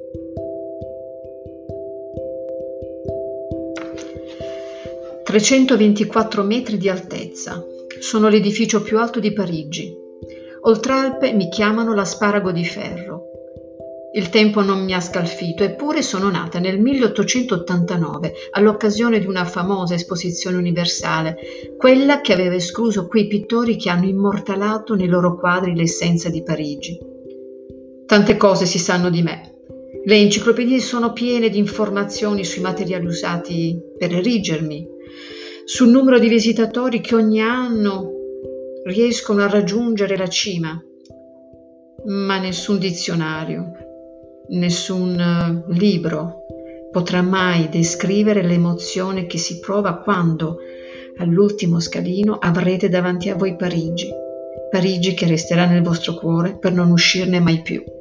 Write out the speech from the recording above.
324 metri di altezza. Sono l'edificio più alto di Parigi. Oltralpe mi chiamano l'asparago di ferro. Il tempo non mi ha scalfito, eppure sono nata nel 1889 all'occasione di una famosa esposizione universale, quella che aveva escluso quei pittori che hanno immortalato nei loro quadri l'essenza di Parigi. Tante cose si sanno di me. Le enciclopedie sono piene di informazioni sui materiali usati per eriggermi, sul numero di visitatori che ogni anno riescono a raggiungere la cima, ma nessun dizionario, nessun libro potrà mai descrivere l'emozione che si prova quando, all'ultimo scalino, avrete davanti a voi Parigi, Parigi che resterà nel vostro cuore per non uscirne mai più.